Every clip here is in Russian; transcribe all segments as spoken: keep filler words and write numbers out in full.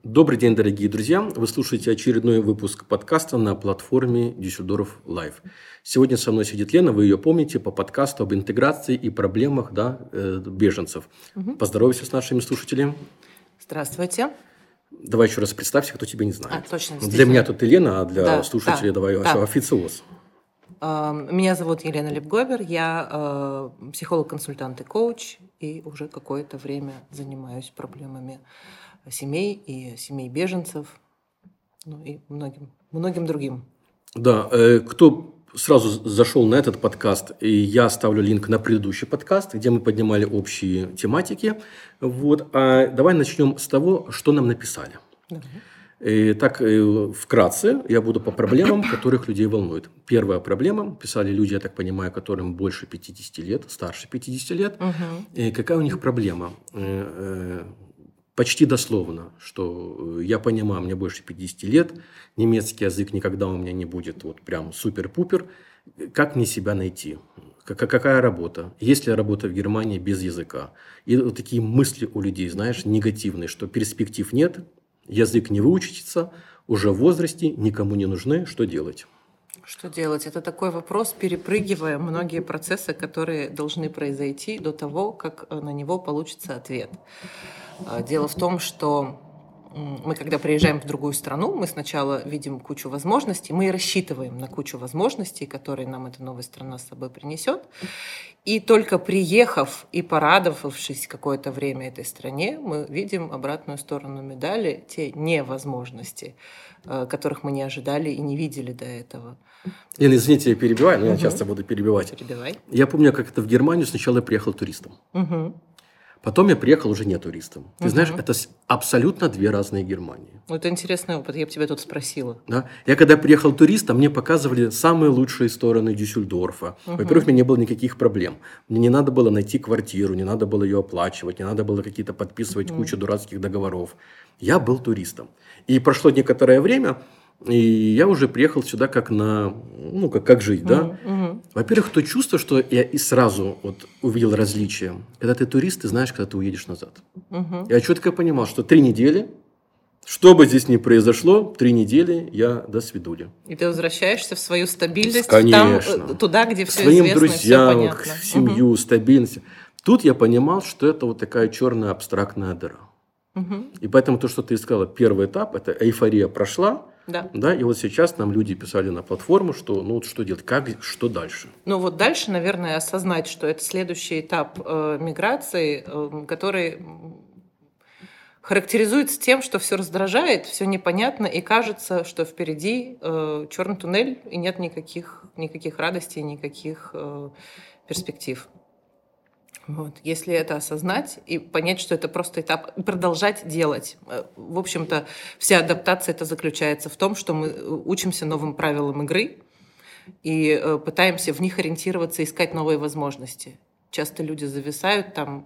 Добрый день, дорогие друзья! Вы слушаете очередной выпуск подкаста на платформе Дюссельдорф Лайв. Сегодня со мной сидит Лена, вы ее помните, по подкасту об интеграции и проблемах да, беженцев. Угу. Поздоровайся с нашими слушателями. Здравствуйте. Давай еще раз представься, кто тебя не знает. А, точно. Для меня тут Елена, а для да, слушателей да, давай да. официоз. Меня зовут Елена Лепговер, я психолог-консультант и коуч, и уже какое-то время занимаюсь проблемами семей и семей беженцев, ну и многим, многим другим. Да, кто сразу зашел на этот подкаст, и я оставлю линк на предыдущий подкаст, где мы поднимали общие тематики. Вот. А давай начнем с того, что нам написали. Давай. И так, вкратце, я буду по проблемам, которых людей волнует. Первая проблема, писали люди, я так понимаю, которым больше пятидесяти лет, старше пятидесяти лет. Угу. И какая у них проблема? Почти дословно, что я понимаю, мне больше пятидесяти лет, немецкий язык никогда у меня не будет вот прям супер-пупер. Как мне себя найти? Какая работа? Есть ли работа в Германии без языка? И вот такие мысли у людей, знаешь, негативные, что перспектив нет, язык не выучится, уже в возрасте, никому не нужны, что делать? Что делать? Это такой вопрос, перепрыгивая многие процессы, которые должны произойти до того, как на него получится ответ. Дело в том, что мы, когда приезжаем в другую страну, мы сначала видим кучу возможностей, мы и рассчитываем на кучу возможностей, которые нам эта новая страна с собой принесет. И только приехав и порадовавшись какое-то время этой стране, мы видим обратную сторону медали, те невозможности, которых мы не ожидали и не видели до этого. Лена, извините, я перебиваю, но угу. я часто буду перебивать. Перебивай. Я помню, как это в Германию сначала я приехал туристом. Угу. Потом я приехал уже не туристом. Ты угу. знаешь, это абсолютно две разные Германии. Это интересный опыт, я бы тебя тут спросила. Да? Я когда приехал туристом, мне показывали самые лучшие стороны Дюссельдорфа. Угу. Во-первых, у меня не было никаких проблем. Мне не надо было найти квартиру, не надо было ее оплачивать, не надо было какие-то подписывать угу. кучу дурацких договоров. Я был туристом. И прошло некоторое время, и я уже приехал сюда как на, ну, как, как жить, да. Uh-huh. Во-первых, то чувство, что я и сразу вот увидел различия. Когда ты турист, ты знаешь, когда ты уедешь назад. Uh-huh. Я четко понимал, что три недели, что бы здесь ни произошло, три недели я до свидули. И ты возвращаешься в свою стабильность, конечно. Там, туда, где все своим известно, друзьям, все понятно. В семью, uh-huh. стабильность. Тут я понимал, что это вот такая черная абстрактная дыра. Uh-huh. И поэтому то, что ты сказала, первый этап, это эйфория прошла. Да. Да, и вот сейчас нам люди писали на платформу, что ну вот что делать, как, что дальше? Ну вот дальше, наверное, осознать, что это следующий этап э, миграции, э, который характеризуется тем, что все раздражает, все непонятно, и кажется, что впереди э, черный туннель, и нет никаких, никаких радостей, никаких э, перспектив. Вот. Если это осознать и понять, что это просто этап, и продолжать делать. В общем-то, вся адаптация это заключается в том, что мы учимся новым правилам игры и пытаемся в них ориентироваться, искать новые возможности. Часто люди зависают там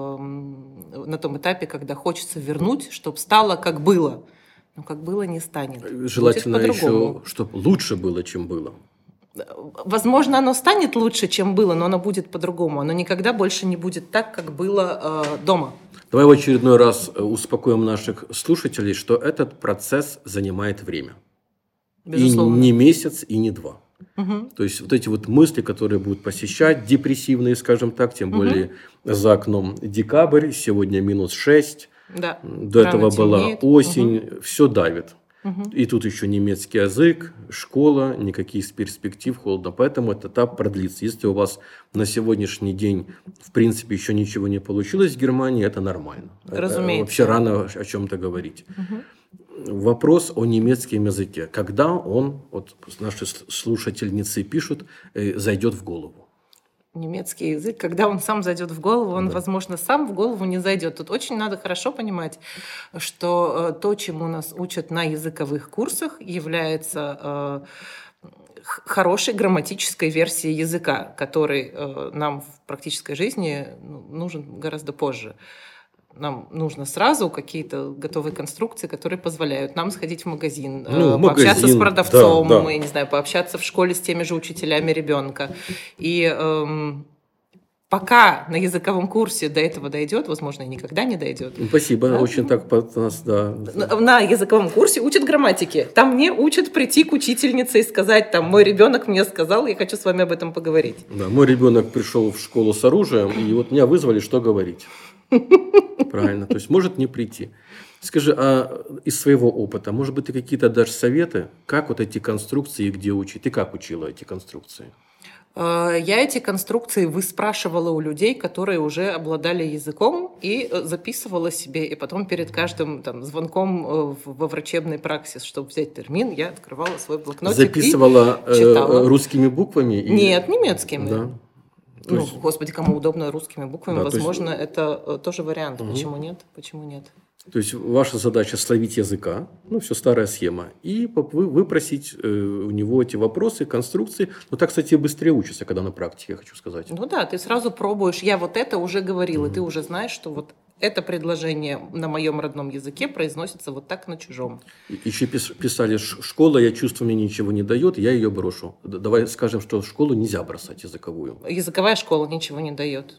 э, на том этапе, когда хочется вернуть, чтобы стало как было. Но как было не станет. Желательно еще, чтобы лучше было, чем было. Возможно, оно станет лучше, чем было, но оно будет по-другому. Оно никогда больше не будет так, как было э, дома. Давай в очередной раз успокоим наших слушателей, что этот процесс занимает время. Безусловно. И не месяц, и не два. Угу. То есть вот эти вот мысли, которые будут посещать, депрессивные, скажем так, тем более угу. за окном декабрь, сегодня минус шесть, да. до Рано этого была темнеет. осень, угу. все давит. Угу. И тут еще немецкий язык, школа, никаких перспектив, холодно. Поэтому этот этап продлится. Если у вас на сегодняшний день, в принципе, еще ничего не получилось в Германии, это нормально. Разумеется. Это вообще рано о чем-то говорить. Угу. Вопрос о немецком языке. Когда он, вот наши слушательницы пишут, зайдет в голову? Немецкий язык, когда он сам зайдет в голову, он, да. возможно, сам в голову не зайдет. Тут очень надо хорошо понимать, что то, чему нас учат на языковых курсах, является э, хорошей грамматической версией языка, который э, нам в практической жизни нужен гораздо позже. Нам нужно сразу какие-то готовые конструкции, которые позволяют нам сходить в магазин, ну, пообщаться магазин, с продавцом, да, да. я не знаю, пообщаться в школе с теми же учителями ребенка. И эм, пока на языковом курсе до этого дойдет, возможно, и никогда не дойдет. Спасибо, да? очень так под нас, да. На языковом курсе учат грамматике. Там не учат прийти к учительнице и сказать, там, мой ребенок мне сказал, я хочу с вами об этом поговорить. Да, мой ребенок пришел в школу с оружием, и вот меня вызвали, что говорить. Правильно, то есть может не прийти. Скажи, а из своего опыта, может быть, ты какие-то дашь советы, как вот эти конструкции, где учить? Ты как учила эти конструкции? Я эти конструкции выспрашивала у людей, которые уже обладали языком, и записывала себе, и потом перед каждым там, звонком во врачебный праксис, чтобы взять термин, я открывала свой блокнотик записывала и читала. Русскими буквами? И... Нет, немецкими. Да. Ну, есть... господи, кому удобно русскими буквами, да, возможно, есть... это тоже вариант. Угу. Почему нет? Почему нет? То есть ваша задача словить языка, ну, все старая схема, и выпросить у него эти вопросы, конструкции. Но так, кстати, быстрее учатся, когда на практике, я хочу сказать. Ну да, ты сразу пробуешь. Я вот это уже говорила, mm-hmm. ты уже знаешь, что вот это предложение на моем родном языке произносится вот так на чужом. Еще писали, школа, я чувствую, мне ничего не дает, я ее брошу. Давай скажем, что школу нельзя бросать языковую. Языковая школа ничего не дает.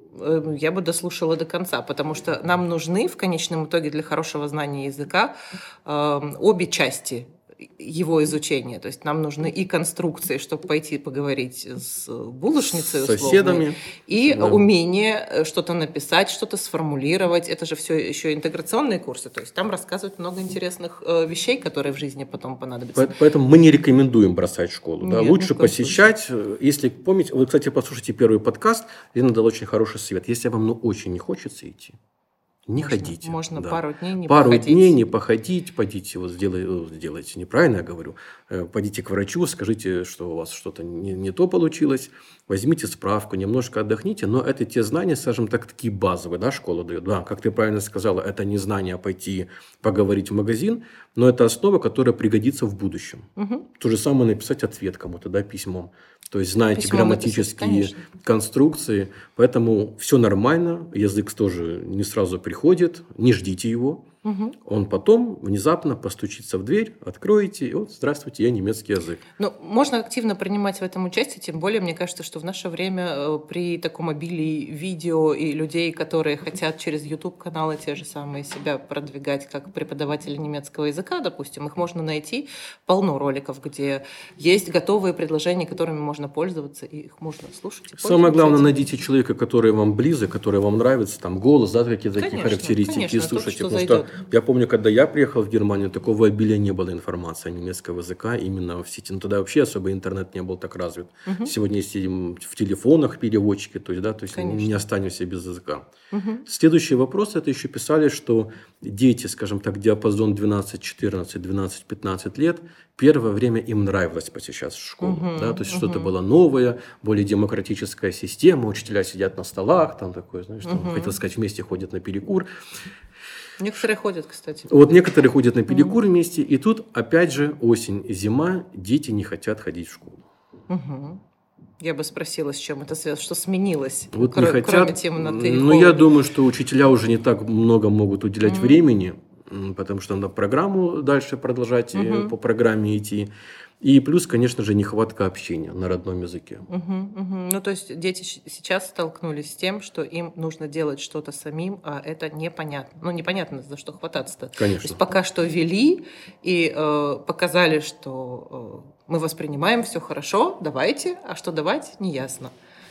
Я бы дослушала до конца, потому что нам нужны в конечном итоге для хорошего знания языка э, обе части его изучения. То есть нам нужны и конструкции, чтобы пойти поговорить с булочницей, с соседами, и да. умение что-то написать, что-то сформулировать. Это же все еще интеграционные курсы. То есть там рассказывают много интересных э, вещей, которые в жизни потом понадобятся. Поэтому мы не рекомендуем бросать школу. Нет, да? Лучше посещать. Случае. Если помните, вы, кстати, послушайте первый подкаст, Лена дала очень хороший совет. Если вам ну, очень не хочется идти, не можно, ходите. Можно да. пару дней не пару походить. Пару дней не походить, пойдите, вот сделайте, сделайте неправильно, я говорю, пойдите к врачу, скажите, что у вас что-то не, не то получилось, возьмите справку, немножко отдохните, но это те знания, скажем так, такие базовые, да, школа дает. Да, как ты правильно сказала, это не знание пойти поговорить в магазин, но это основа, которая пригодится в будущем. Угу. То же самое написать ответ кому-то, да, письмом. То есть знаете Письмо грамматические написать, конструкции, поэтому все нормально, язык тоже не сразу приходит, не ждите его. Угу. Он потом внезапно постучится в дверь, откроете, и вот, здравствуйте, я немецкий язык. Ну, можно активно принимать в этом участие, тем более, мне кажется, что в наше время при таком обилии видео и людей, которые хотят через YouTube-каналы те же самые себя продвигать, как преподаватели немецкого языка, допустим, их можно найти, полно роликов, где есть готовые предложения, которыми можно пользоваться, и их можно слушать. И Самое главное, найдите человека, который вам близок, который вам нравится, там голос, да, какие-то такие характеристики, конечно, слушайте, тот, потому зайдет. что я помню, когда я приехал в Германию, такого обилия не было информации немецкого языка именно в сети. Но тогда вообще особо интернет не был так развит. Угу. Сегодня сидим в телефонах переводчики, то есть, да, то есть не останемся без языка. Угу. Следующий вопрос, это еще писали, что дети, скажем так, диапазон двенадцать, четырнадцать, двенадцать, пятнадцать лет, первое время им нравилось посещать школу. Угу. Да, то есть угу. что-то было новое, более демократическая система, учителя сидят на столах, там такое, знаешь, там, угу. хотел сказать, вместе ходят на перекур. Некоторые ходят, кстати. Вот некоторые ходят на перекур mm-hmm. вместе, и тут опять же осень, зима, дети не хотят ходить в школу. Угу. Я бы спросила, с чем это связано, что сменилось, вот кроме, не хотят, кроме темноты. Ну, я думаю, что учителя уже не так много могут уделять mm-hmm. времени, потому что надо программу дальше продолжать, mm-hmm. по программе идти. И плюс, конечно же, нехватка общения на родном языке. Угу, угу. Ну, то есть дети сейчас столкнулись с тем, что им нужно делать что-то самим, а это непонятно. Ну, непонятно, за что хвататься-то. Конечно. То есть пока что вели и э, показали, что э, мы воспринимаем все хорошо, давайте, а что давать, неясно.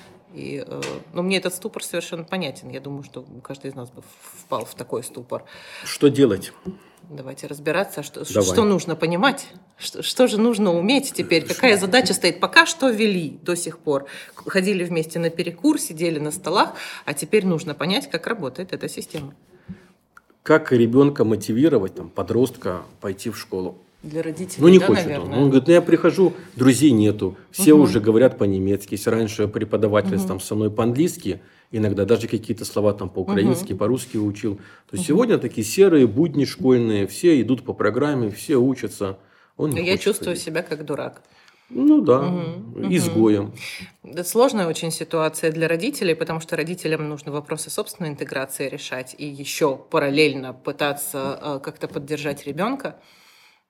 И, э, ну, мне этот ступор совершенно понятен. Я думаю, что каждый из нас бы впал в такой ступор. Что делать? Давайте разбираться, что, что нужно понимать, что, что же нужно уметь теперь, какая задача стоит. Пока что вели до сих пор, ходили вместе на перекур, сидели на столах, а теперь нужно понять, как работает эта система. Как ребенка мотивировать, там, подростка, пойти в школу? Для родителей, ну, не да, хочет наверное. Он. он говорит, ну, я прихожу, друзей нету, все угу. уже говорят по-немецки. Если раньше преподаватель угу. там, со мной по-английски, иногда даже какие-то слова там по-украински, угу. по-русски учил, то угу. сегодня такие серые будни школьные, все идут по программе, все учатся. Он не я чувствую ходить. себя как дурак. Ну да, угу. изгоем. Это сложная очень ситуация для родителей, потому что родителям нужно вопросы собственной интеграции решать и еще параллельно пытаться как-то поддержать ребенка.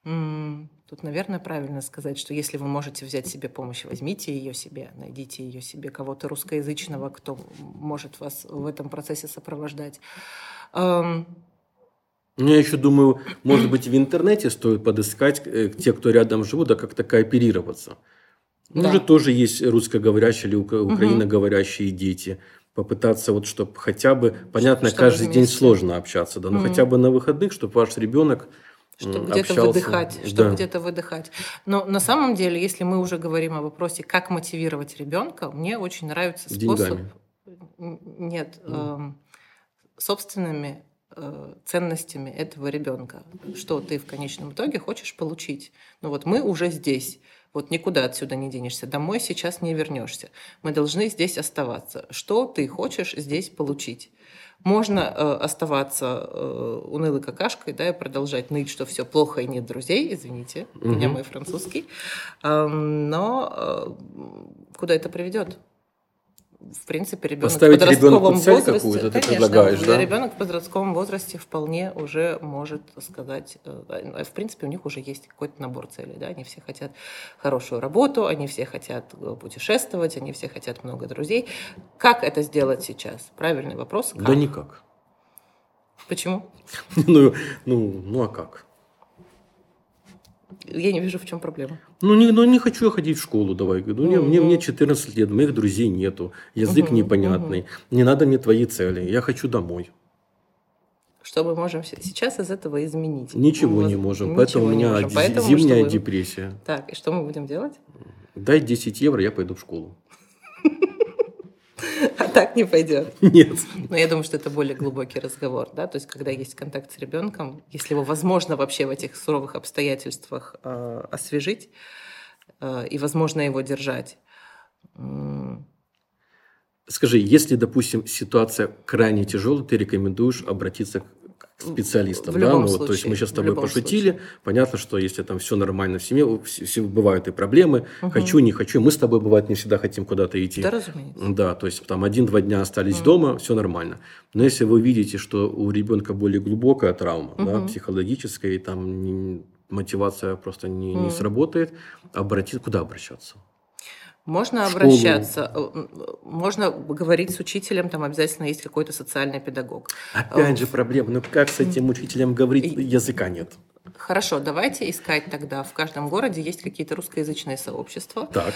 Тут, наверное, правильно сказать, что если вы можете взять себе помощь, возьмите ее себе, найдите ее себе, кого-то русскоязычного, кто может вас в этом процессе сопровождать. Я еще думаю, может быть, в интернете стоит подыскать э, те, кто рядом живут, да как-то кооперироваться. Да. Может, тоже есть русскоговорящие или украиноговорящие угу. дети. Попытаться, вот, чтобы хотя бы, понятно, чтобы каждый вместе. День сложно общаться, да, но угу. хотя бы на выходных, чтобы ваш ребенок Чтобы где-то выдыхать, чтобы да. где-то выдыхать. Но на самом деле, если мы уже говорим о вопросе, как мотивировать ребенка, мне очень нравится способ... Деньгами. Нет, э, собственными э, ценностями этого ребенка. Что ты в конечном итоге хочешь получить. Ну вот мы уже здесь. Вот никуда отсюда не денешься. Домой сейчас не вернешься. Мы должны здесь оставаться. Что ты хочешь здесь получить? Можно э, оставаться э, унылой какашкой, да, и продолжать ныть, что все плохо и нет друзей, извините, угу. меня мой французский, э, но э, куда это приведет? В принципе, ребенок Поставить в подростковом возрасте, какую-то, ты предлагаешь, да? Ребенок в подростковом возрасте вполне уже может сказать, э, в принципе, у них уже есть какой-то набор целей, да, они все хотят хорошую работу, они все хотят путешествовать, они все хотят много друзей. Как это сделать сейчас? Правильный вопрос. Как? Да никак. Почему? ну, ну, ну, а как? Я не вижу, в чем проблема. Ну не, ну, не хочу я ходить в школу, давай. Ну, mm-hmm. мне, мне четырнадцать лет, моих друзей нету, язык mm-hmm. непонятный, mm-hmm. не надо мне твои цели, я хочу домой. Что мы можем сейчас из этого изменить? Ничего мы, не можем, ничего поэтому у меня можем. Поэтому зимняя мы... депрессия. Так, и что мы будем делать? Дай десять евро, я пойду в школу. А так не пойдет. Нет. Но я думаю, что это более глубокий разговор, да, то есть когда есть контакт с ребенком, если его возможно вообще в этих суровых обстоятельствах э, освежить э, и возможно его держать. Скажи, если, допустим, ситуация крайне тяжелая, ты рекомендуешь обратиться к специалистам, в да? любом Ну, случае, то есть мы сейчас с тобой пошутили, случае. Понятно, что если там все нормально в семье, все, бывают и проблемы, угу. хочу, не хочу, мы с тобой, бывает, не всегда хотим куда-то идти. Да, разумеется. Да, то есть там один-два дня остались угу. дома, все нормально. Но если вы видите, что у ребенка более глубокая травма, угу. да, психологическая, и там не, мотивация просто не, угу. не сработает, обрати, куда обращаться? Можно обращаться, можно говорить с учителем, там обязательно есть какой-то социальный педагог. Опять же проблема, ну как с этим учителем говорить, языка нет. Хорошо, давайте искать тогда. В каждом городе есть какие-то русскоязычные сообщества, так.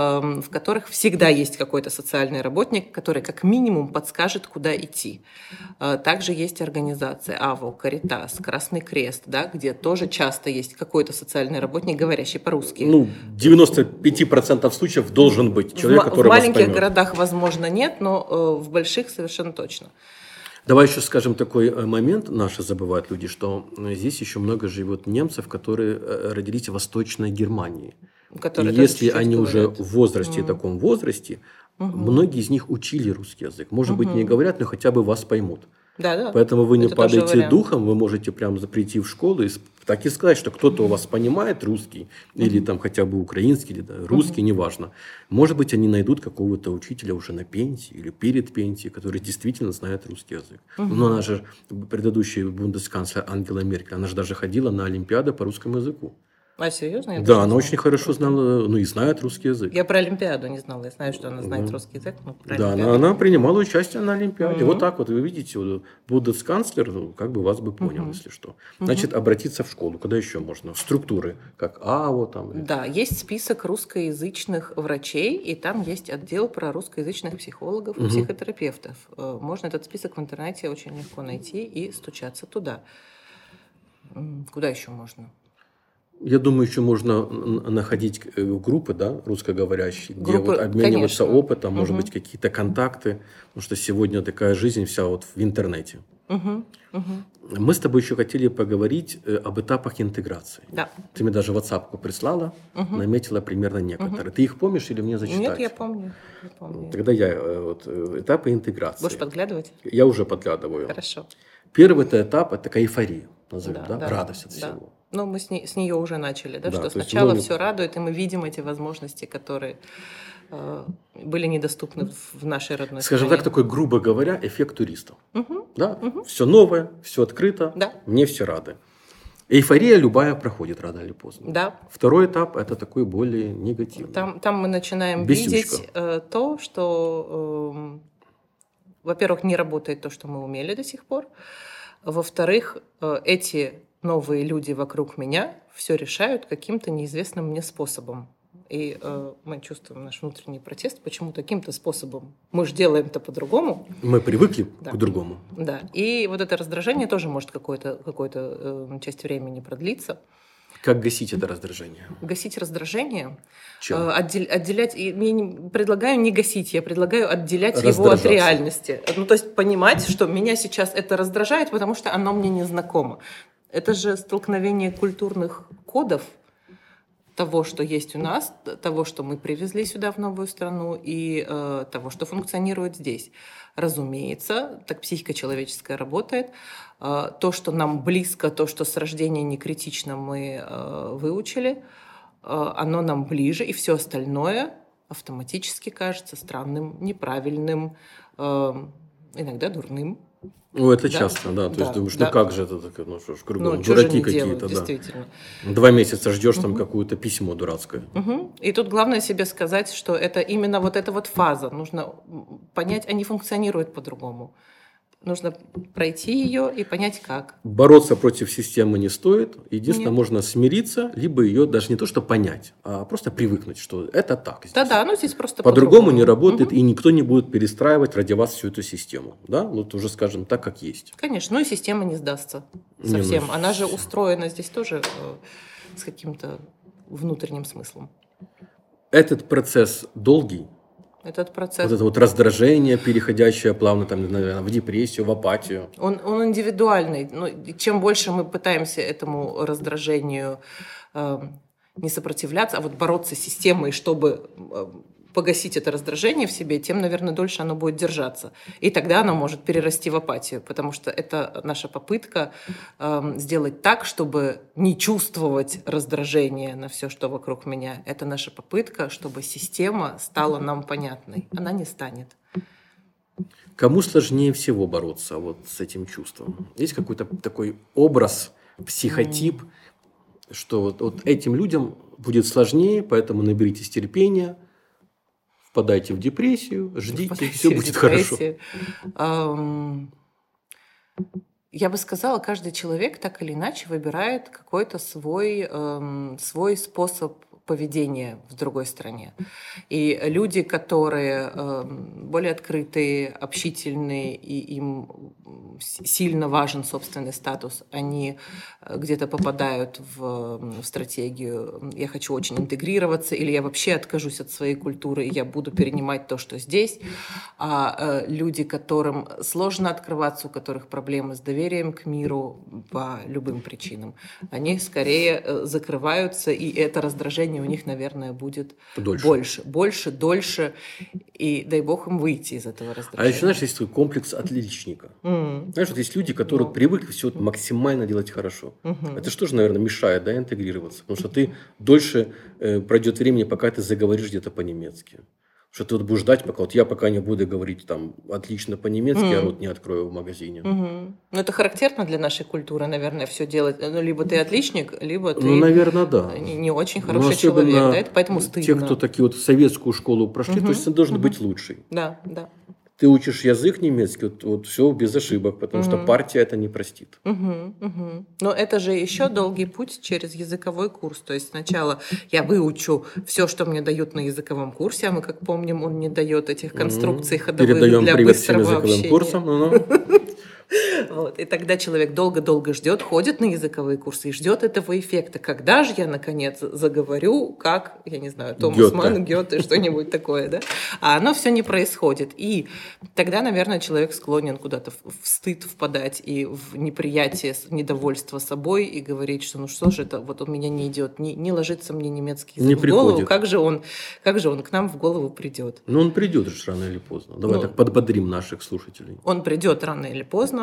в которых всегда есть какой-то социальный работник, который как минимум подскажет, куда идти. Также есть организации АВО, Каритас, Красный Крест, да, где тоже часто есть какой-то социальный работник, говорящий по-русски. Ну, девяносто пять процентов случаев должен быть человек, в, который в маленьких вас поймет. городах, возможно, нет, но в больших совершенно точно. Давай еще скажем такой момент, наши забывают люди, что здесь еще много живет немцев, которые родились в Восточной Германии. Которые и если чуть-чуть они говорят. уже в возрасте, mm. таком возрасте, mm-hmm. многие из них учили русский язык. Может mm-hmm. быть, не говорят, но хотя бы вас поймут. Да, да. Поэтому вы не это падаете духом, вы можете прям прийти в школу и так и сказать, что кто-то у вас понимает русский, uh-huh. или там хотя бы украинский, или да, русский, uh-huh. неважно. Может быть, они найдут какого-то учителя уже на пенсии или перед пенсией, который действительно знает русский язык. Uh-huh. Но она же, предыдущий бундесканцлер Ангела Меркель, она же даже ходила на Олимпиаду по русскому языку. А, серьезно? Я да, она очень хорошо знала, ну и знает русский язык. Я про Олимпиаду не знала, я знаю, что она знает да. русский язык. Но про да, она, она принимала участие на Олимпиаде. Mm-hmm. Вот так вот, вы видите, вот, бундесканцлер, ну, как бы вас бы понял, mm-hmm. если что. Значит, mm-hmm. обратиться в школу, куда еще можно? В структуры, как АО там. Да, есть список русскоязычных врачей, и там есть отдел про русскоязычных психологов и mm-hmm. психотерапевтов. Можно этот список в интернете очень легко найти и стучаться туда. Куда еще можно? Я думаю, еще можно находить группы, да, русскоговорящие, где группы, вот обмениваться конечно. опытом, может угу. быть, какие-то контакты, потому что сегодня такая жизнь вся вот в интернете. Угу. Угу. Мы с тобой еще хотели поговорить об этапах интеграции. Да. Ты мне даже WhatsApp-ку прислала, угу. наметила примерно некоторые. Угу. Ты их помнишь или мне зачитать? Нет, я помню. я помню. Тогда я вот, этапы интеграции. Будешь подглядывать? Я уже подглядываю. Хорошо. Первый это этап, это эйфория, назовем, да, да? Да, радость от да. всего. Ну, мы с, не, с нее уже начали, да, да что есть, сначала ну, все радует, и мы видим эти возможности, которые э, были недоступны в, в нашей родной Скажем стране. так, такой, грубо говоря, эффект туристов. Угу, да? угу. Все новое, все открыто, да. мне все рады. Эйфория любая проходит рано или поздно. Да. Второй этап – это такой более негативный. Там, там мы начинаем Бесючка. видеть э, то, что, э, во-первых, не работает то, что мы умели до сих пор. Во-вторых, э, эти новые люди вокруг меня все решают каким-то неизвестным мне способом. И э, мы чувствуем наш внутренний протест, почему таким-то способом. Мы же делаем это по-другому. Мы привыкли Да. к другому. Да. И вот это раздражение тоже может какую-то, какую-то э, часть времени продлиться. Как гасить это раздражение? Гасить раздражение, Чем? э, отдел- отделять, и я не, предлагаю не гасить, я предлагаю отделять его от Раздражаться. реальности. Ну, то есть понимать, что меня сейчас это раздражает, потому что оно мне не знакомо. Это же столкновение культурных кодов, того, что есть у нас, того, что мы привезли сюда в новую страну, и э, того, что функционирует здесь. Разумеется, так психика человеческая работает. Э, то, что нам близко, то, что с рождения не критично мы э, выучили, э, оно нам ближе, и все остальное автоматически кажется странным, неправильным, э, иногда дурным. Ну, это Да. часто, да. То Да, есть думаешь, да. ну как же это такое, ну что ж, кругом Ну, чё же дураки не делают, какие-то, да. действительно. Два месяца ждешь там какое-то письмо дурацкое. Мгм. И тут главное себе сказать, что это именно вот эта вот фаза. Нужно понять, они функционируют по-другому. Нужно пройти ее и понять, как. Бороться против системы не стоит. Единственное, Нет. можно смириться, либо ее даже не то, что понять, а просто привыкнуть, что это так. здесь. Да-да, ну здесь просто По-другому не работает, Мгм. и никто не будет перестраивать ради вас всю эту систему. Да? Вот уже скажем так, как есть. Конечно, ну и система не сдастся Не, совсем. ну, Она же устроена здесь тоже э, с каким-то внутренним смыслом. Этот процесс долгий. Этот процесс, Вот это вот раздражение, переходящее плавно там, наверное, в депрессию, в апатию. он, он индивидуальный. Ну, и чем больше мы пытаемся этому раздражению э, не сопротивляться, а вот бороться с системой, чтобы э, погасить это раздражение в себе, тем, наверное, дольше оно будет держаться. И тогда оно может перерасти в апатию, потому что это наша попытка э, сделать так, чтобы не чувствовать раздражение на все, что вокруг меня. Это наша попытка, чтобы система стала нам понятной. Она не станет. Кому сложнее всего бороться вот с этим чувством? Есть какой-то такой образ, психотип, что вот, вот этим людям будет сложнее, поэтому наберитесь терпения, впадайте в депрессию, ждите, Впадайте все в будет хорошо. депрессию. Ам, Я бы сказала, каждый человек так или иначе выбирает какой-то свой, эм, свой способ поведения в другой стране. И люди, которые эм, более открытые, общительные, и им с- сильно важен собственный статус, они э, где-то попадают в, в стратегию «я хочу очень интегрироваться» или «я вообще откажусь от своей культуры, и я буду перенимать то, что здесь». А э, люди, которым сложно открываться, у которых проблемы с доверием к миру по любым причинам, они скорее э, закрываются, и это раздражение у них, наверное, будет Дольше. больше, больше, дольше, и дай бог им выйти из этого А раздражения. еще, знаешь, есть такой комплекс отличника. М. Знаешь, вот есть люди, которые Ну. привыкли все максимально делать хорошо. Мгм. Это что же, наверное, мешает, да, интегрироваться? Потому что ты дольше э, пройдет времени, пока ты заговоришь где-то по-немецки. Что ты вот будешь ждать, пока вот я пока не буду говорить там отлично по-немецки, Мгм. я рот не открою в магазине. Мгм. Ну, это характерно для нашей культуры, наверное, все делать. Ну, либо ты отличник, либо ты Ну, наверное, да. не, не очень Ну, хороший особенно человек. Да? Это поэтому стыдно. те, кто такие вот советскую школу прошли, Мгм. то есть ты должен Мгм. быть лучший. Да, да. Ты учишь язык немецкий, вот, вот все без ошибок, потому что Мгм. партия это не простит. Мгм, мгм. Но это же еще долгий путь через языковой курс. То есть сначала я выучу все, что мне дают на языковом курсе, а мы, как помним, он не дает этих конструкций ходовых Передаем для привет всем быстрого языковым общения. курсам. Ну-ну. Вот. И тогда человек долго-долго ждет, ходит на языковые курсы и ждет этого эффекта. Когда же я, наконец, заговорю, как, я не знаю, Томас Гёте. Манн, Гёте, что-нибудь такое, да? А оно все не происходит. И тогда, наверное, человек склонен куда-то в в стыд впадать и в неприятие, с- недовольство собой и говорить, что ну что же это, вот у меня не идет, не, не ложится мне немецкий язык Не в голову, приходит. как же он, как же он к нам в голову придет? Ну, он придет же рано или поздно. Давай Ну. так подбодрим наших слушателей. Он придет рано или поздно.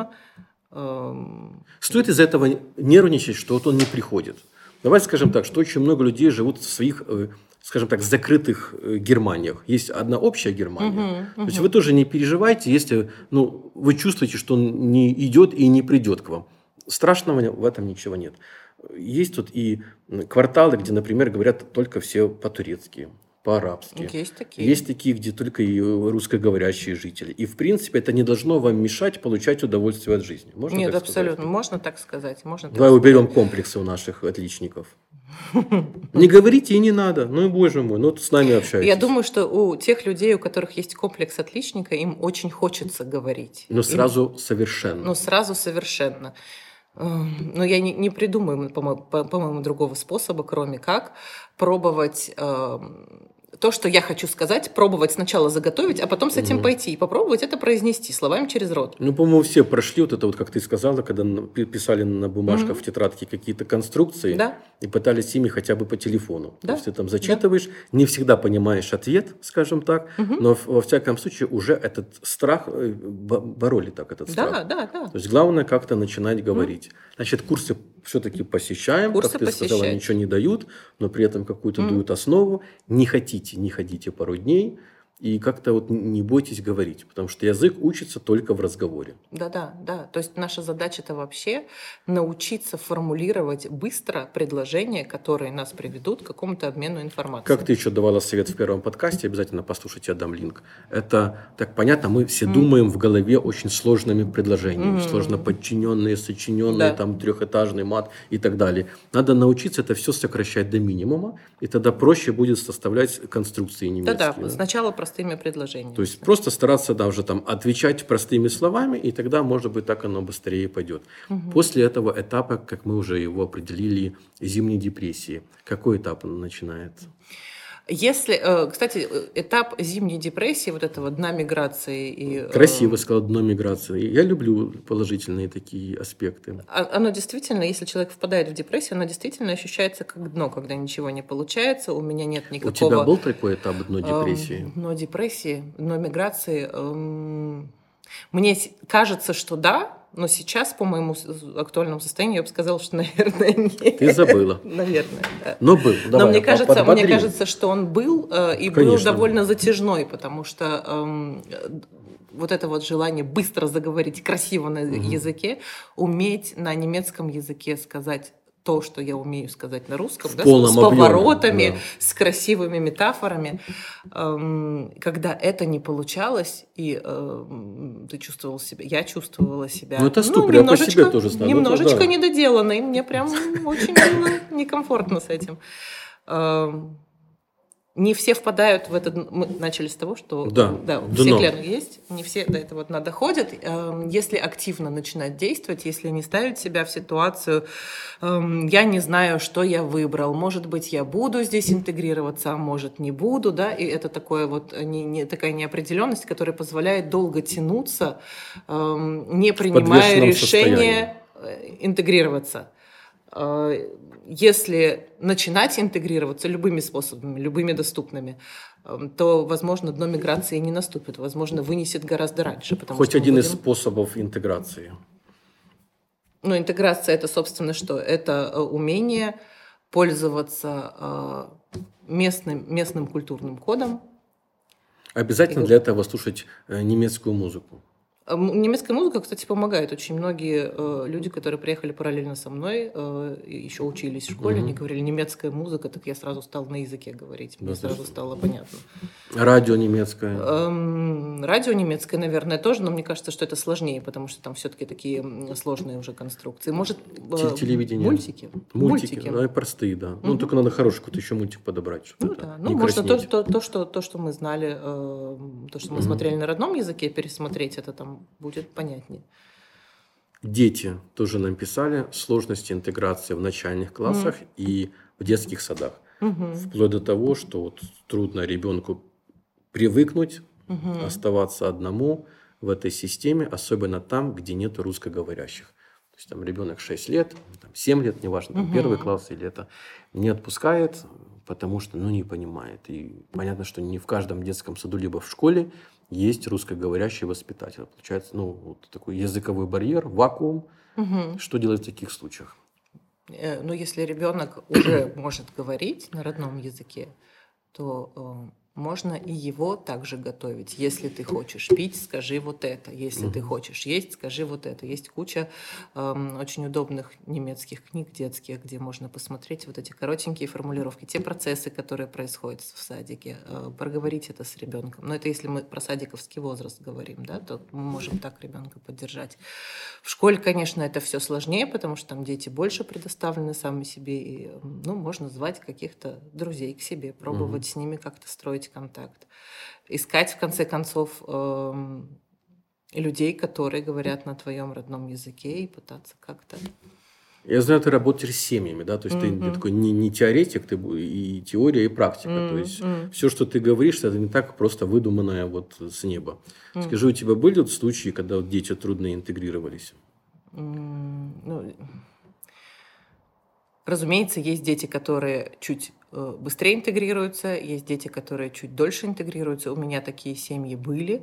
эм, Стоит из этого нервничать, что вот он не приходит. Давай скажем так, что очень много людей живут в своих, э, скажем так, закрытых э, Германиях. Есть одна общая Германия. Мгм, То есть вы тоже не переживайте, если ну, вы чувствуете, что он не идет и не придет к вам. страшного в этом ничего нет. Есть тут и кварталы, где, например, говорят только все по-турецки, по-арабски. Есть такие. Есть такие, где только и русскоговорящие жители. И, в принципе, это не должно вам мешать получать удовольствие от жизни. Можно Нет, так абсолютно. сказать? Можно так сказать. Можно так Давай сказать. уберем комплексы у наших отличников. Не говорите и не надо. Ну и боже мой, ну с нами общайтесь. Я думаю, что у тех людей, у которых есть комплекс отличника, им очень хочется говорить. Но сразу им... совершенно. Ну сразу совершенно. Но я не, не придумаю, по-моему, по-моему, другого способа, кроме как пробовать э, то, что я хочу сказать, пробовать сначала заготовить, а потом с этим угу. пойти и попробовать это произнести словами через рот. Ну, по-моему, все прошли вот это, вот, как ты сказала, когда писали на бумажках угу. в тетрадке какие-то конструкции да. и пытались ими хотя бы по телефону. Да. То есть ты там зачитываешь, да. не всегда понимаешь ответ, скажем так, угу. но во всяком случае уже этот страх, бороли так этот страх. Да, да, да. То есть главное как-то начинать говорить. Угу. Значит, курсы все-таки посещаем, курсы как ты посещать. сказала, ничего не дают, но при этом какую-то угу. дают основу. Не хотите, не ходите пару дней. И как-то вот не бойтесь говорить, потому что язык учится только в разговоре. Да-да, да. То есть наша задача-то вообще научиться формулировать быстро предложения, которые нас приведут к какому-то обмену информацией. Как ты еще давала совет в первом подкасте, обязательно послушайте, я дам линк. Это, так понятно, мы все mm. думаем в голове очень сложными предложениями, mm. сложно подчиненные, сочиненные, да. там трехэтажный мат и так далее. Надо научиться это все сокращать до минимума, и тогда проще будет составлять конструкции немецкие. Да-да, сначала простыми предложениями. То есть просто стараться да, уже там отвечать простыми словами, и тогда, может быть, так оно быстрее пойдет. Угу. После этого этапа, как мы уже его определили, зимней депрессии, какой этап начинается? Если, кстати, этап зимней депрессии, вот этого дна миграции и... Красиво сказал, дно миграции. Я люблю положительные такие аспекты. Оно действительно, если человек впадает в депрессию, оно действительно ощущается как дно, когда ничего не получается, у меня нет никакого... У тебя был такой этап дно депрессии? Дно депрессии, дно миграции. Мне кажется, что да, но сейчас, по моему актуальному состоянию, я бы сказала, что, наверное, нет. Ты забыла. Наверное, да. Но был. Давай, но мне кажется, мне кажется, что он был э, и Конечно. был довольно затяжной, потому что э, вот это вот желание быстро заговорить красиво на угу. языке, уметь на немецком языке сказать то, что я умею сказать на русском, да, с поворотами, да. с красивыми метафорами. Когда это не получалось, и ты чувствовал себя, я чувствовала себя... Ну, это ступор, ну, я по себе тоже знаю. Немножечко ну, да. недоделанной, мне прям очень некомфортно с этим. Не все впадают в этот... Мы начали с того, что да, да, у всех лен есть, не все до этого дна доходят. Если активно начинать действовать, если не ставить себя в ситуацию, я не знаю, что я выбрал, может быть, я буду здесь интегрироваться, а может, не буду, да, и это такое вот, не, не, такая неопределенность, которая позволяет долго тянуться, не принимая решения интегрироваться. Если начинать интегрироваться любыми способами, любыми доступными, то, возможно, дно миграции не наступит, возможно, вынесет гораздо раньше. Хоть один будем... из способов интеграции. Ну, интеграция – это, собственно, что? Это умение пользоваться местным, местным культурным кодом. Обязательно для этого слушать немецкую музыку. Немецкая музыка, кстати, помогает. Очень многие э, люди, которые приехали параллельно со мной, э, еще учились в школе, mm-hmm. они говорили, немецкая музыка, так я сразу стал на языке говорить, мне да, сразу стало понятно. Радио немецкое? Эм, радио немецкое, наверное, тоже, но мне кажется, что это сложнее, потому что там все-таки такие сложные уже конструкции. Может, э, телевидение? Мультики? Мультики, мультики. Ну, простые, да. Mm-hmm. Ну, только надо хороший какой-то еще мультик подобрать. Ну, да. Ну, можно то, то, то, что, то, что мы знали, э, то, что мы mm-hmm. смотрели на родном языке, пересмотреть это там будет понятнее. Дети тоже нам писали сложности интеграции в начальных классах mm. и в детских садах. Mm-hmm. Вплоть до того, что вот трудно ребенку привыкнуть, mm-hmm. оставаться одному в этой системе, особенно там, где нет русскоговорящих. То есть там ребенок шесть лет, там, семь лет, неважно, там, mm-hmm. первый класс или это, не отпускает, потому что ну, не понимает. И понятно, что не в каждом детском саду либо в школе есть русскоговорящий воспитатель. Получается, ну, вот такой языковой барьер, вакуум. Угу. Что делать в таких случаях? Ну, если ребенок уже может говорить на родном языке, то можно и его также готовить. Если ты хочешь пить, скажи вот это. Если mm-hmm. ты хочешь есть, скажи вот это. Есть куча э, очень удобных немецких книг детских, где можно посмотреть вот эти коротенькие формулировки, те процессы, которые происходят в садике, э, проговорить это с ребенком. Но это если мы про садиковский возраст говорим, да, то мы можем так ребенка поддержать. В школе, конечно, это все сложнее, потому что там дети больше предоставлены сами себе. И, ну, можно звать каких-то друзей к себе, пробовать mm-hmm. с ними как-то строить контакт. Искать, в конце концов, э, людей, которые говорят на твоем родном языке, и пытаться как-то... Я знаю, ты работаешь с семьями, да, то есть mm-hmm. ты, ты такой не, не теоретик, ты и теория, и практика. Mm-hmm. То есть mm-hmm. все, что ты говоришь, это не так просто выдуманное вот с неба. Mm-hmm. Скажи, у тебя были вот случаи, когда вот дети трудно интегрировались? Mm-hmm. Ну, разумеется, есть дети, которые чуть быстрее интегрируются, есть дети, которые чуть дольше интегрируются. У меня такие семьи были,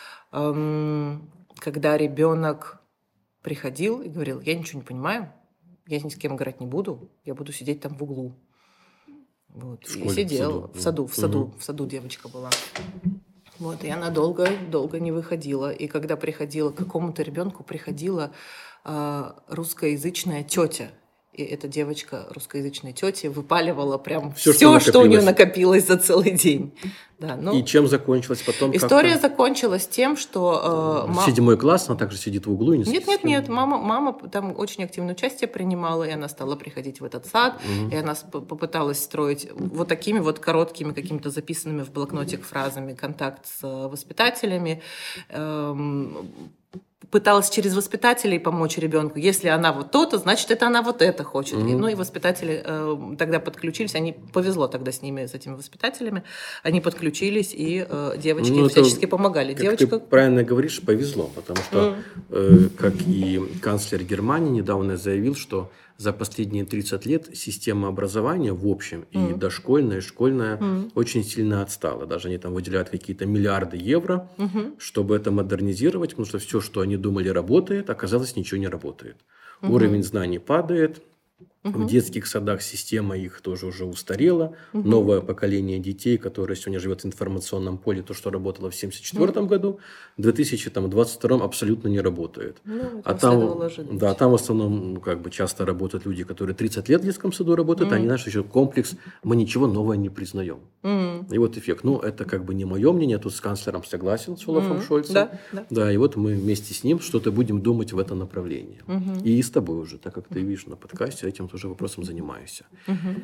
когда ребенок приходил и говорил: я ничего не понимаю, я ни с кем играть не буду, я буду сидеть там в углу. Вот. В школе, и сидел в саду, в саду, угу. в саду девочка была. Вот, и она долго, долго не выходила. И когда приходила к какому-то ребенку, приходила э, русскоязычная тетя. И эта девочка, русскоязычной тети, выпаливала прям все, все что, что у нее накопилось за целый день. Да, ну, и чем закончилась потом? История как-то... закончилась тем, что... Э, мам... Седьмой класс, она также сидит в углу? И не нет, нет, нет. Мама, мама там очень активное участие принимала, и она стала приходить в этот сад, угу. и она попыталась строить вот такими вот короткими, какими-то записанными в блокнотик фразами контакт с воспитателями. Эм, пыталась через воспитателей помочь ребенку. Если она вот то-то, значит, это она вот это хочет. Mm-hmm. И, ну, и воспитатели э, тогда подключились. Они, повезло тогда с ними, с этими воспитателями. Они подключились, и э, девочки ну, всячески помогали. Как Девочка... ты правильно говоришь, повезло. Потому что, mm-hmm. э, как и канцлер Германии недавно заявил, что за последние тридцать лет система образования в общем, mm-hmm. и дошкольная, и школьная, mm-hmm. очень сильно отстала. Даже они там выделяют какие-то миллиарды евро, mm-hmm. чтобы это модернизировать, потому что все, что они думали работает, оказалось, ничего не работает. Mm-hmm. Уровень знаний падает. Uh-huh. В детских садах система их тоже уже устарела. Uh-huh. Новое поколение детей, которое сегодня живет в информационном поле, то, что работало в семьдесят четвёртом uh-huh. году, в две тысячи двадцать втором абсолютно не работает. Ну, а там, да, там в основном ну, как бы часто работают люди, которые тридцать лет в детском саду работают, uh-huh. а они знаешь, еще комплекс, мы ничего нового не признаем. Uh-huh. И вот эффект. Ну, это как бы не мое мнение, я тут с канцлером согласен, с Олафом uh-huh. Шольцем. Да, да. да, и вот мы вместе с ним что-то будем думать в этом направлении. Uh-huh. И с тобой уже, так как ты видишь на подкасте, этим уже вопросом занимаюсь. Угу.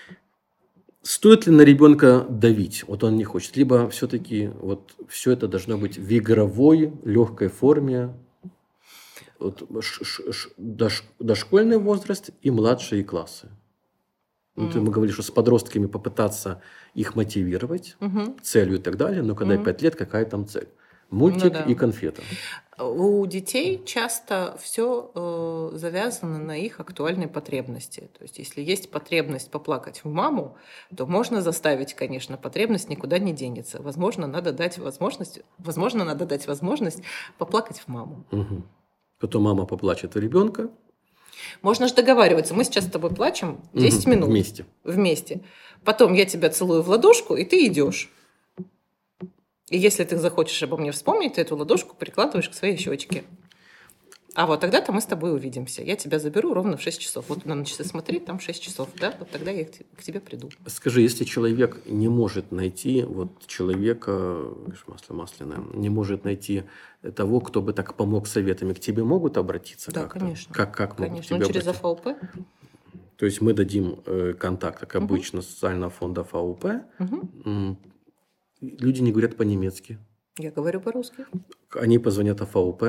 Стоит ли на ребенка давить? Вот он не хочет. Либо все-таки вот все это должно быть в игровой, легкой форме. Вот, ш, ш, ш, дош, дошкольный возраст и младшие классы. Mm. Вот мы говорили, что с подростками попытаться их мотивировать mm-hmm. целью и так далее, но когда mm-hmm. пять лет, какая там цель? Мультик ну, да. и конфета. У детей часто все э, завязано на их актуальной потребности. То есть, если есть потребность поплакать в маму, то можно заставить, конечно, потребность никуда не денется. Возможно, надо дать возможность, возможно, надо дать возможность поплакать в маму. Угу. Потом мама поплачет в ребенка. Можно же договариваться. Мы сейчас с тобой плачем десять угу. минут. Вместе. Вместе. Потом я тебя целую в ладошку, и ты идешь. И если ты захочешь обо мне вспомнить, ты эту ладошку прикладываешь к своей щечке. А вот тогда-то мы с тобой увидимся. Я тебя заберу ровно в шесть часов. Вот на часы смотри, там шесть часов. Да? Вот тогда я к тебе приду. Скажи, если человек не может найти вот человека, масло масляное, не может найти того, кто бы так помог советами, к тебе могут обратиться? Да, как-то? Конечно. Как, как могут конечно. к тебе Ну, через обратиться? АФАУП. То есть мы дадим э, контакт, как обычно, угу. социального фонда ФАУП. Угу. Люди не говорят по-немецки. Я говорю по-русски. Они позвонят АФАУП.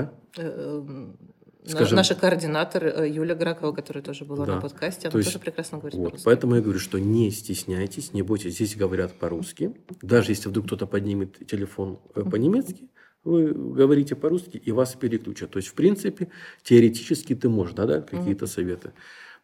Скажем, наша координатор Юля Гракова, которая тоже была да. на подкасте, она То тоже есть, прекрасно говорит вот, по-русски. Поэтому я говорю, что не стесняйтесь, не бойтесь. Здесь говорят по-русски. Даже если вдруг кто-то поднимет телефон по-немецки, вы говорите по-русски, и вас переключат. То есть, в принципе, теоретически ты можешь да, дать какие-то mm-hmm. советы.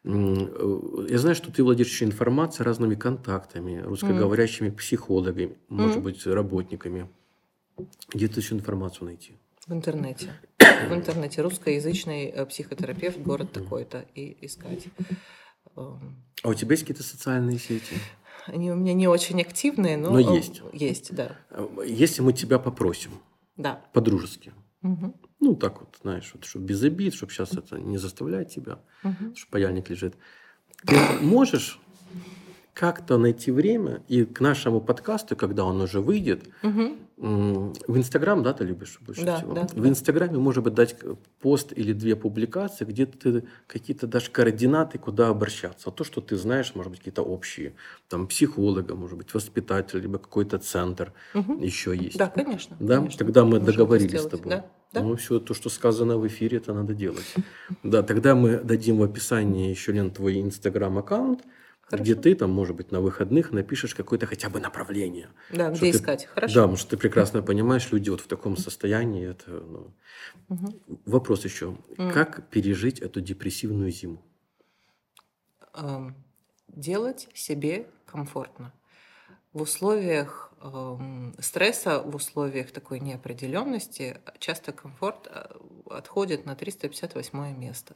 Я знаю, что ты владеешь еще информацией, разными контактами, русскоговорящими mm. психологами, mm. может быть, работниками. Где ты еще информацию найти? В интернете. В интернете русскоязычный психотерапевт, город такой-то, и искать. А у тебя есть какие-то социальные сети? Они у меня не очень активные, но, но есть. Есть, да. Если мы тебя попросим, да. по-дружески, угу. ну так вот, знаешь, вот, чтобы без обид, чтобы сейчас это не заставлять тебя, угу. что паяльник лежит, ты можешь как-то найти время и к нашему подкасту, когда он уже выйдет, угу. в Инстаграм, да, ты любишь больше да, всего? Да, в да. Инстаграме, может быть, дать пост или две публикации, где ты какие-то дашь координаты, куда обращаться. То, что ты знаешь, может быть, какие-то общие, там, психолога, может быть, воспитатель, либо какой-то центр угу. еще есть. Да, конечно. Да? конечно. Тогда мы Можем договорились с тобой. Да, да. Ну, все то, что сказано в эфире, это надо делать. Да, тогда мы дадим в описании еще, Лен, твой Инстаграм-аккаунт, Хорошо. Где ты там, может быть, на выходных напишешь какое-то хотя бы направление. Да, где ты, искать. Хорошо. Да, потому что ты прекрасно понимаешь, люди вот в таком состоянии. Это, ну... угу. Вопрос еще. Mm. Как пережить эту депрессивную зиму? Эм, делать себе комфортно. В условиях эм, стресса, в условиях такой неопределенности часто комфорт отходит на триста пятьдесят восьмое место.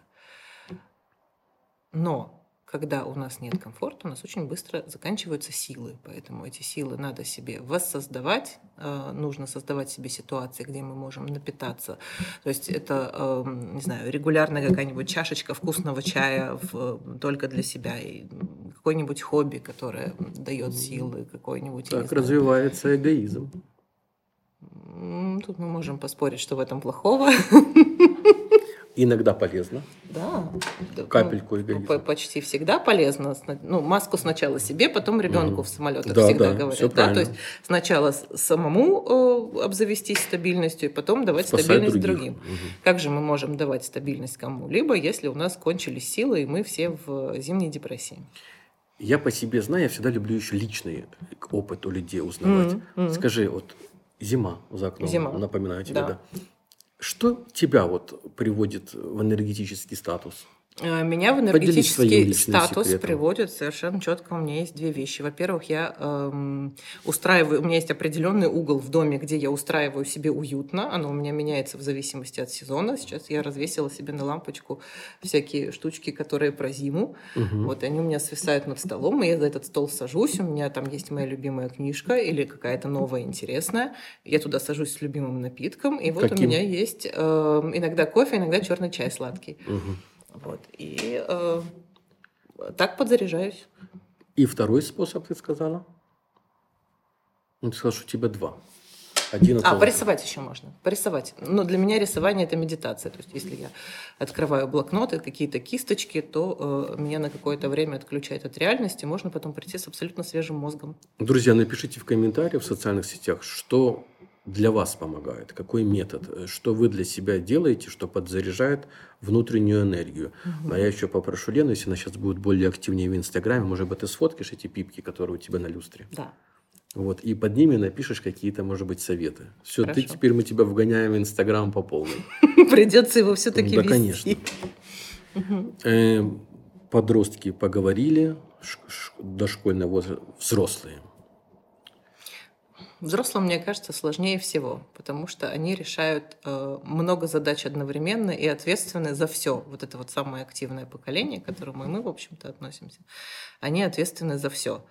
Но когда у нас нет комфорта, у нас очень быстро заканчиваются силы. Поэтому эти силы надо себе воссоздавать. Нужно создавать себе ситуации, где мы можем напитаться. То есть это, не знаю, регулярная какая-нибудь чашечка вкусного чая в, только для себя. И какое-нибудь хобби, которое дает силы. Какой-нибудь, так развивается эгоизм. Тут мы можем поспорить, что в этом плохого. Иногда полезно. Да. Капельку ну, эгоизма. Почти всегда полезно. Ну, маску сначала себе, потом ребенку mm. в самолетах да, всегда да, говорят. Да? То есть сначала самому э, обзавестись стабильностью, и потом давать Спасать стабильность других. другим. Mm-hmm. Как же мы можем давать стабильность кому-либо, если у нас кончились силы, и мы все в зимней депрессии? Я по себе знаю, я всегда люблю еще личный опыт у людей узнавать. Mm-hmm. Скажи, вот зима за окном, зима. Напоминаю тебе, да. да. Что тебя вот приводит в энергетический статус? Меня в энергетический статус секретом. Приводит совершенно четко. У меня есть две вещи. Во-первых, я эм, устраиваю, у меня есть определенный угол в доме, где я устраиваю себе уютно. Оно у меня меняется в зависимости от сезона. Сейчас я развесила себе на лампочку всякие штучки, которые про зиму. Угу. Вот они у меня свисают над столом, и я за этот стол сажусь. У меня там есть моя любимая книжка или какая-то новая интересная. Я туда сажусь с любимым напитком, и вот Каким? У меня есть э, иногда кофе, иногда черный чай сладкий. Угу. Вот. И э, так подзаряжаюсь. И второй способ, ты сказала? Ну, ты сказала, что у тебя два. Один а, порисовать еще можно. Порисовать. Но для меня рисование – это медитация. То есть, если я открываю блокноты, какие-то кисточки, то э, меня на какое-то время отключает от реальности. Можно потом прийти с абсолютно свежим мозгом. Друзья, напишите в комментариях в социальных сетях, что для вас помогает, какой метод, что вы для себя делаете, что подзаряжает внутреннюю энергию. Угу. А я еще попрошу Лену, если она сейчас будет более активнее в Инстаграме, может быть, ты сфоткаешь эти пипки, которые у тебя на люстре. Да. Вот, и под ними напишешь какие-то, может быть, советы. Все, ты, теперь мы тебя вгоняем в Инстаграм по полной. Придется его все-таки вести. Да, конечно. Подростки поговорили, дошкольный возраст, взрослые. Взрослым, мне кажется, сложнее всего, потому что они решают э, много задач одновременно и ответственны за все. Вот это вот самое активное поколение, к которому и мы, в общем-то, относимся, они ответственны за все.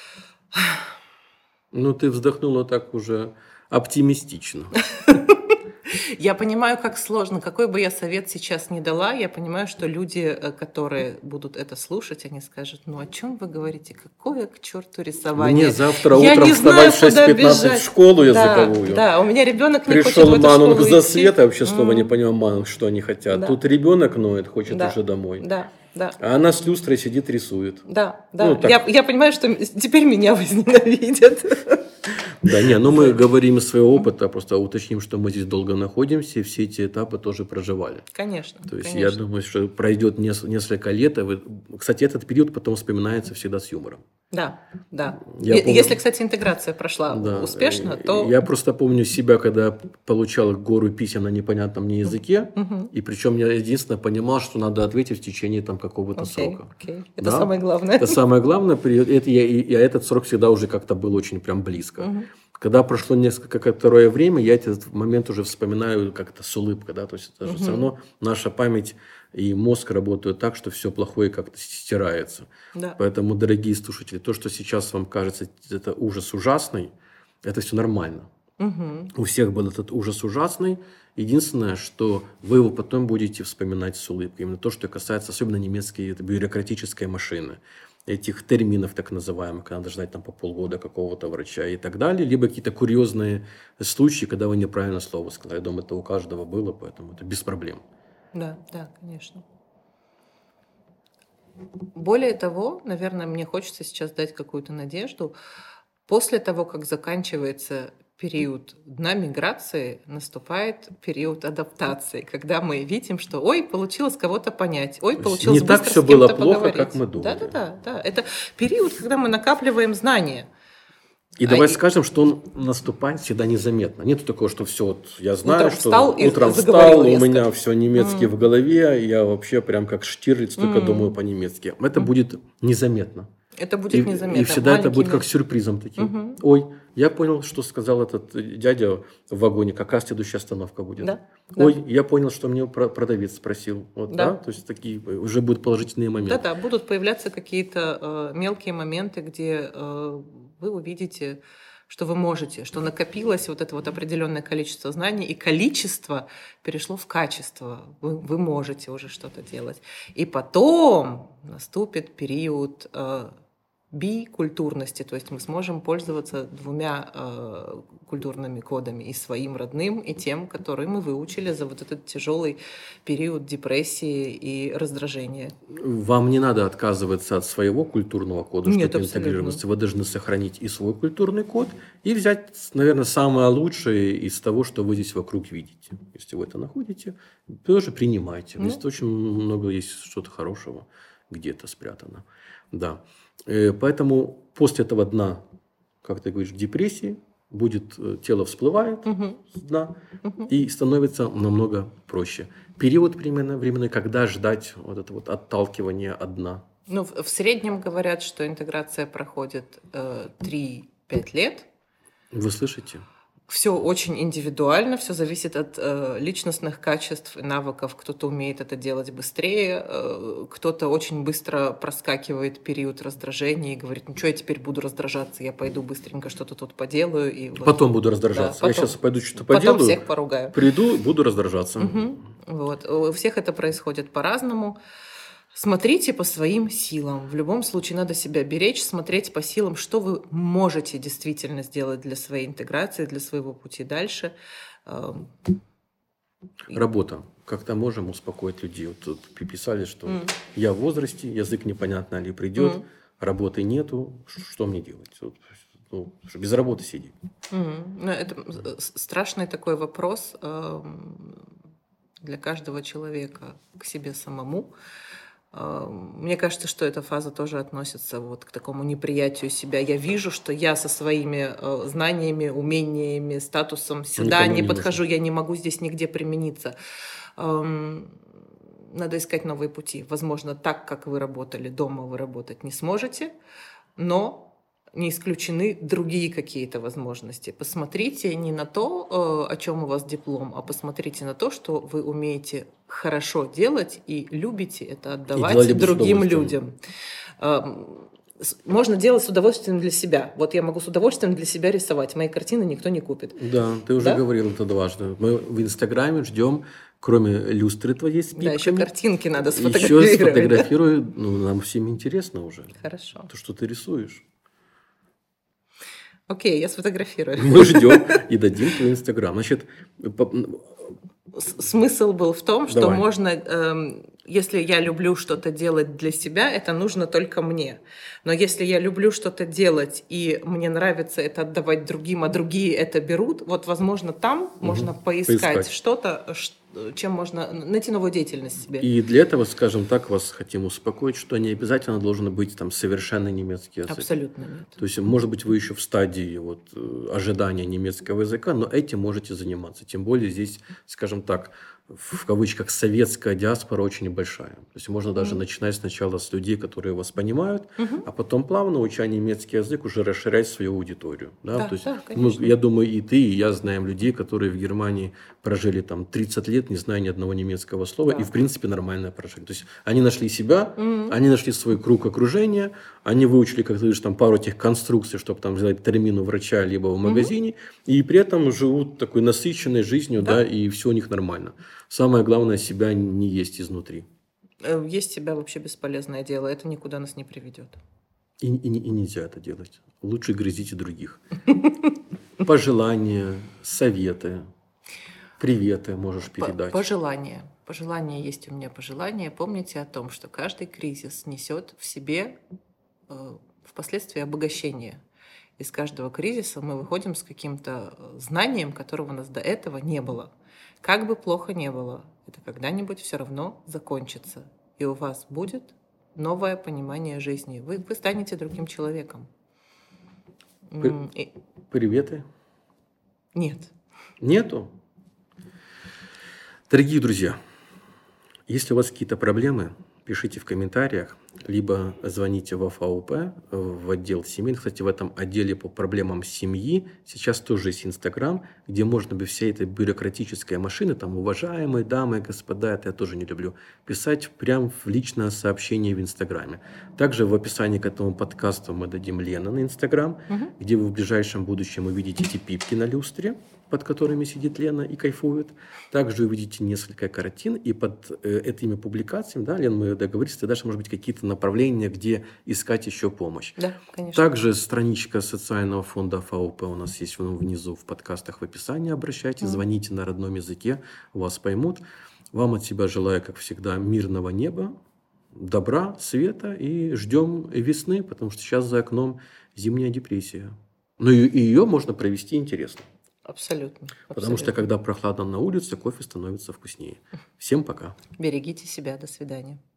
Ну, ты вздохнула так уже оптимистично. Я понимаю, как сложно. Какой бы я совет сейчас ни дала, я понимаю, что люди, которые будут это слушать, они скажут: ну о чем вы говорите? Какое к черту рисование? Мне завтра я утром вставать в шесть пятнадцать в школу языковую. Да, да, у меня ребенок не Пришел хочет в эту манунг школу за идти. свет, я вообще слова mm. не понимаю, манунг, что они хотят. Да. Тут ребенок ноет, хочет да. уже домой. Да. Да. А она с люстрой сидит, рисует. Да, да. Ну, я, я понимаю, что теперь меня возненавидят. Да, не, ну мы говорим из своего опыта, просто уточним, что мы здесь долго находимся, и все эти этапы тоже проживали. Конечно. То есть конечно. я думаю, что пройдет несколько лет, и вы... кстати, этот период потом вспоминается всегда с юмором. Да, да. Я е- помню... Если, кстати, интеграция прошла да. успешно, то... Я просто помню себя, когда получал гору писем на непонятном мне языке, угу. и причем я единственное понимал, что надо ответить в течение там какого-то окей, срока. Окей. Это да? самое главное. Это самое главное. Это я, и, и этот срок всегда уже как-то был очень прям близко. Угу. Когда прошло несколько второе время, я этот момент уже вспоминаю как-то с улыбкой, да, то есть это же угу. все равно наша память И мозг работает так, что все плохое как-то стирается. Да. Поэтому, дорогие слушатели, то, что сейчас вам кажется, это ужас ужасный, это все нормально. Угу. У всех был этот ужас ужасный. Единственное, что вы его потом будете вспоминать с улыбкой. Именно то, что касается особенно немецкой это бюрократической машины. Этих терминов так называемых, когда надо ждать там по полгода какого-то врача и так далее. Либо какие-то курьезные случаи, когда вы неправильно слово сказали. Я думаю, это у каждого было, поэтому это без проблем. Да, да, конечно. Более того, наверное, мне хочется сейчас дать какую-то надежду. После того, как заканчивается период дна миграции, наступает период адаптации, когда мы видим, что ой, получилось кого-то понять, ой, получилось не так быстро все с кем-то было плохо, поговорить. как мы думали. Да, да, да, да. Это период, когда мы накапливаем знания. И давай а, скажем, что он наступает всегда незаметно. Нет такого, что все, вот я знаю, утром что встал и утром заговорил встал, у резко. меня все немецкий Mm. в голове, я вообще прям как Штирлиц, только Mm. думаю по-немецки. Это Mm. будет незаметно. Это будет И, незаметно. и всегда это будет маленькими- как сюрпризом таким. Мгм. Ой, я понял, что сказал этот дядя в вагоне, какая следующая остановка будет. Да, да. Ой, я понял, что мне про- продавец спросил. Вот, Да. да. То есть такие уже будут положительные моменты. Да-да, будут появляться какие-то э, мелкие моменты, где э, вы увидите, что вы можете, что накопилось вот это вот определенное количество знаний, и количество перешло в качество. Вы, вы можете уже что-то делать. И потом наступит период э, бикультурности, то есть мы сможем пользоваться двумя э, культурными кодами, и своим родным, и тем, который мы выучили за вот этот тяжелый период депрессии и раздражения. Вам не надо отказываться от своего культурного кода, Нет, чтобы абсолютно. интегрироваться. Вы должны сохранить и свой культурный код, и взять, наверное, самое лучшее из того, что вы здесь вокруг видите. Если вы это находите, тоже принимайте. Ну. Здесь очень много есть что-то хорошего где-то спрятано. Да. Э, Поэтому после этого дна, как ты говоришь, депрессии, будет э, тело всплывает Мгм. с дна Мгм. и становится намного проще. Период примерно временной, когда ждать вот это вот отталкивание от дна. Ну, в, в среднем говорят, что интеграция проходит э, три-пять лет. Вы слышите? Все очень индивидуально, все зависит от э, личностных качеств и навыков. Кто-то умеет это делать быстрее, э, кто-то очень быстро проскакивает период раздражения и говорит, ну что я теперь буду раздражаться, я пойду быстренько что-то тут поделаю. И вот. Потом буду раздражаться. Да, Я потом. сейчас пойду что-то Потом поделаю, всех поругаю. приду, буду раздражаться. Мгм. Вот. У всех это происходит по-разному. Смотрите по своим силам. В любом случае надо себя беречь, смотреть по силам, что вы можете действительно сделать для своей интеграции, для своего пути дальше. Эм, Работа. Как-то можем успокоить людей. Вот тут писали, что М. я в возрасте, язык непонятно ли придет, М. работы нету, ш- что мне делать? Вот, ну, что без работы сидеть. Мгм. Ну, это с- страшный такой вопрос эм, для каждого человека к себе самому. Эм, Мне кажется, что эта фаза тоже относится вот к такому неприятию себя. Я вижу, что я со своими э, знаниями, умениями, статусом сюда Никому не не подхожу, я не могу здесь нигде примениться. Эм, Надо искать новые пути. Возможно, так, как вы работали дома, вы работать не сможете, но не исключены другие какие-то возможности. Посмотрите не на то, э, о чем у вас диплом, а посмотрите на то, что вы умеете хорошо делать и любите это отдавать делали бы с другим удовольствием. людям. Эм, с- Можно делать с удовольствием для себя. Вот я могу с удовольствием для себя рисовать. Мои картины никто не купит. Да, ты уже Да? говорил это дважды. Мы в Инстаграме ждем, кроме люстры твоей с Да, еще пипками, картинки надо еще сфотографировать. да? сфотографирую. Ну, нам всем интересно уже. Хорошо. То, что ты рисуешь. Окей, я сфотографирую. Мы ждем и дадим твой Инстаграм. Значит, по- С- Смысл был в том, что Давай. можно, эм, если я люблю что-то делать для себя, это нужно только мне. Но если я люблю что-то делать, и мне нравится это отдавать другим, а другие это берут, вот, возможно, там можно поискать, Поискать. что-то, ш- чем можно найти новую деятельность себе. и для этого, скажем так, вас хотим успокоить, что не обязательно должен быть там совершенный немецкий язык. Абсолютно нет. То есть, может быть, вы еще в стадии вот, э, ожидания немецкого языка, но этим можете заниматься. Тем более здесь, скажем так, в кавычках, советская диаспора очень большая. То есть можно даже Мгм. начинать сначала с людей, которые вас понимают, Мгм. а потом плавно, уча немецкий язык, уже расширять свою аудиторию. Да? Да, То есть, да, мы, конечно. я думаю, и ты, и я знаем людей, которые в Германии прожили там тридцать лет, не зная ни одного немецкого слова, и Да. в принципе нормально прожили. То есть они нашли себя, Мгм. они нашли свой круг окружения, они выучили, как ты говоришь, там пару этих конструкций, чтобы там взять термин у врача, либо в Мгм. магазине, и при этом живут такой насыщенной жизнью, да, Да. и все у них нормально. Самое главное, себя не есть изнутри. Э, Есть себя вообще бесполезное дело, это никуда нас не приведет. И, и не- и нельзя это делать. Лучше грызите других. Пожелания, советы, приветы можешь По- передать. Пожелание. Пожелание есть у меня пожелание. Помните о том, что каждый кризис несет в себе э, впоследствии обогащение. Из каждого кризиса мы выходим с каким-то э, знанием, которого у нас до этого не было. Как бы плохо не было, это когда-нибудь все равно закончится. И у вас будет новое понимание жизни. Вы, вы станете другим человеком. П- М, и- Приветы? Нет. Нету? Дорогие друзья, если у вас какие-то проблемы, пишите в комментариях, либо звоните в АФАУП, в отдел семей. Кстати, в этом отделе по проблемам семьи сейчас тоже есть Инстаграм, где можно без всей этой бюрократической машины, там, уважаемые дамы и господа, это я тоже не люблю, писать прям в личное сообщение в Инстаграме. Также в описании к этому подкасту мы дадим Лена на Инстаграм, Мгм. где вы в ближайшем будущем увидите эти пипки на люстре, под которыми сидит Лена и кайфует. Также увидите несколько картин, и под э, этими публикациями, да, Лен, мы договорились, ты дашь, может быть, какие-то направления, где искать еще помощь. Да, конечно. Также страничка социального фонда АФАУП у нас есть внизу в подкастах в описании. Обращайтесь, Мгм. звоните на родном языке, вас поймут. Вам от себя желаю, как всегда, мирного неба, добра, света, и ждем весны, потому что сейчас за окном зимняя депрессия. Но и и ее можно провести интересно. Абсолютно. Потому что, Абсолютно. когда прохладно на улице, кофе становится вкуснее. Всем пока. Берегите себя. До свидания.